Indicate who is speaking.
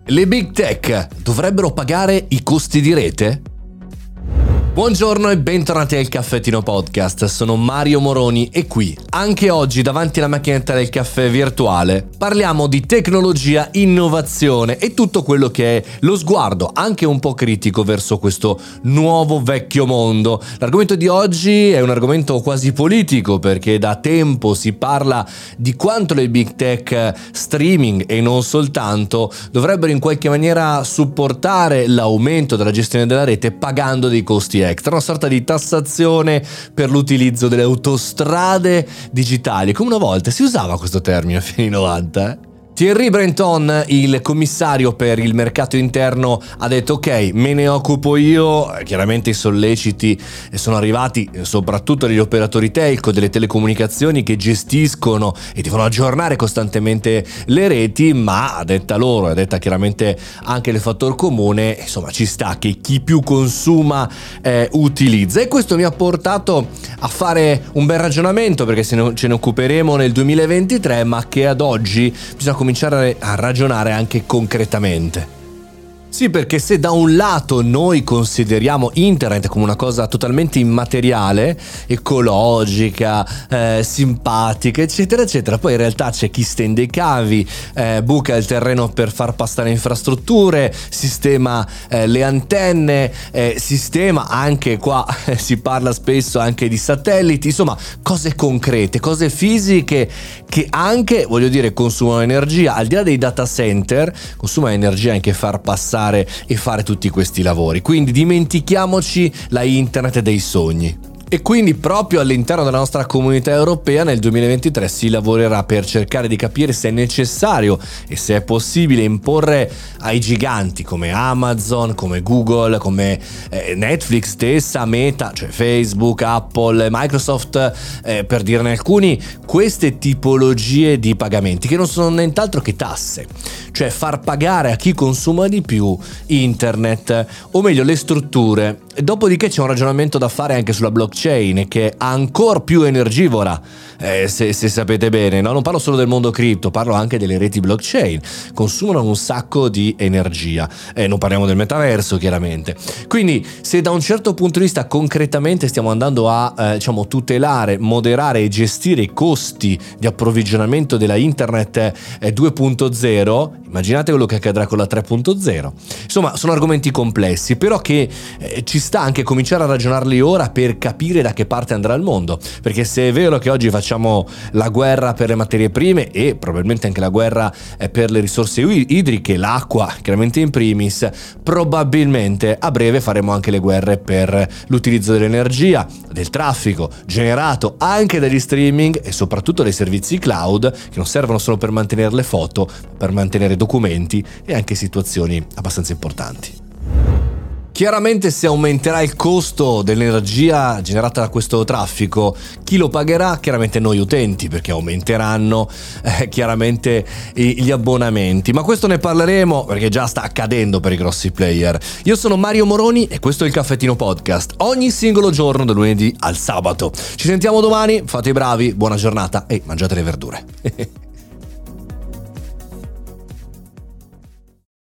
Speaker 1: Le big tech dovrebbero pagare i costi di rete? Buongiorno e bentornati al Caffettino Podcast, sono Mario Moroni e qui, anche oggi davanti alla macchinetta del caffè virtuale, parliamo di tecnologia, innovazione e tutto quello che è lo sguardo, anche un po' critico, verso questo nuovo vecchio mondo. L'argomento di oggi è un argomento quasi politico perché da tempo si parla di quanto le big tech streaming e non soltanto dovrebbero in qualche maniera supportare l'aumento della gestione della rete pagando dei costi extra, una sorta di tassazione per l'utilizzo delle autostrade digitali, come una volta si usava questo termine a fine 90. Thierry Breton, il commissario per il mercato interno, ha detto ok, me ne occupo io. Chiaramente i solleciti sono arrivati soprattutto dagli operatori telco, delle telecomunicazioni che gestiscono e devono aggiornare costantemente le reti, ma a detta loro, a detta chiaramente anche del fattore comune, insomma ci sta che chi più consuma utilizza, e questo mi ha portato a fare un bel ragionamento, perché ce ne occuperemo nel 2023, ma che ad oggi bisogna cominciare a ragionare anche concretamente. Sì, perché se da un lato noi consideriamo internet come una cosa totalmente immateriale, ecologica, simpatica, eccetera, eccetera, poi in realtà c'è chi stende i cavi, buca il terreno per far passare infrastrutture, sistema le antenne, sistema anche qua, si parla spesso anche di satelliti, insomma cose concrete, cose fisiche che anche, voglio dire, consumano energia. Al di là dei data center, consuma energia anche far passare e fare tutti questi lavori, quindi dimentichiamoci la internet dei sogni. E quindi proprio all'interno della nostra comunità europea nel 2023 si lavorerà per cercare di capire se è necessario e se è possibile imporre ai giganti come Amazon, come Google, come Netflix stessa, Meta, cioè Facebook, Apple, Microsoft, per dirne alcuni, queste tipologie di pagamenti che non sono nient'altro che tasse, cioè far pagare a chi consuma di più internet, o meglio le strutture. Dopodiché c'è un ragionamento da fare anche sulla blockchain, che è ancora più energivora, se sapete bene, no? Non parlo solo del mondo cripto, parlo anche delle reti blockchain, consumano un sacco di energia, non parliamo del metaverso chiaramente. Quindi se da un certo punto di vista concretamente stiamo andando a tutelare, moderare e gestire i costi di approvvigionamento della internet 2.0, immaginate quello che accadrà con la 3.0. Insomma, sono argomenti complessi, però che ci sta anche cominciare a ragionarli ora per capire da che parte andrà il mondo, perché se è vero che oggi facciamo la guerra per le materie prime e probabilmente anche la guerra per le risorse idriche, l'acqua chiaramente in primis, probabilmente a breve faremo anche le guerre per l'utilizzo dell'energia, del traffico generato anche dagli streaming e soprattutto dai servizi cloud, che non servono solo per mantenere le foto, per mantenere documenti e anche situazioni abbastanza importanti. Chiaramente se aumenterà il costo dell'energia generata da questo traffico, chi lo pagherà? Chiaramente noi utenti, perché aumenteranno chiaramente gli abbonamenti, ma questo ne parleremo perché già sta accadendo per i grossi player. Io sono Mario Moroni e questo è il Caffettino Podcast, ogni singolo giorno da lunedì al sabato. Ci sentiamo domani, fate i bravi, buona giornata e mangiate le verdure.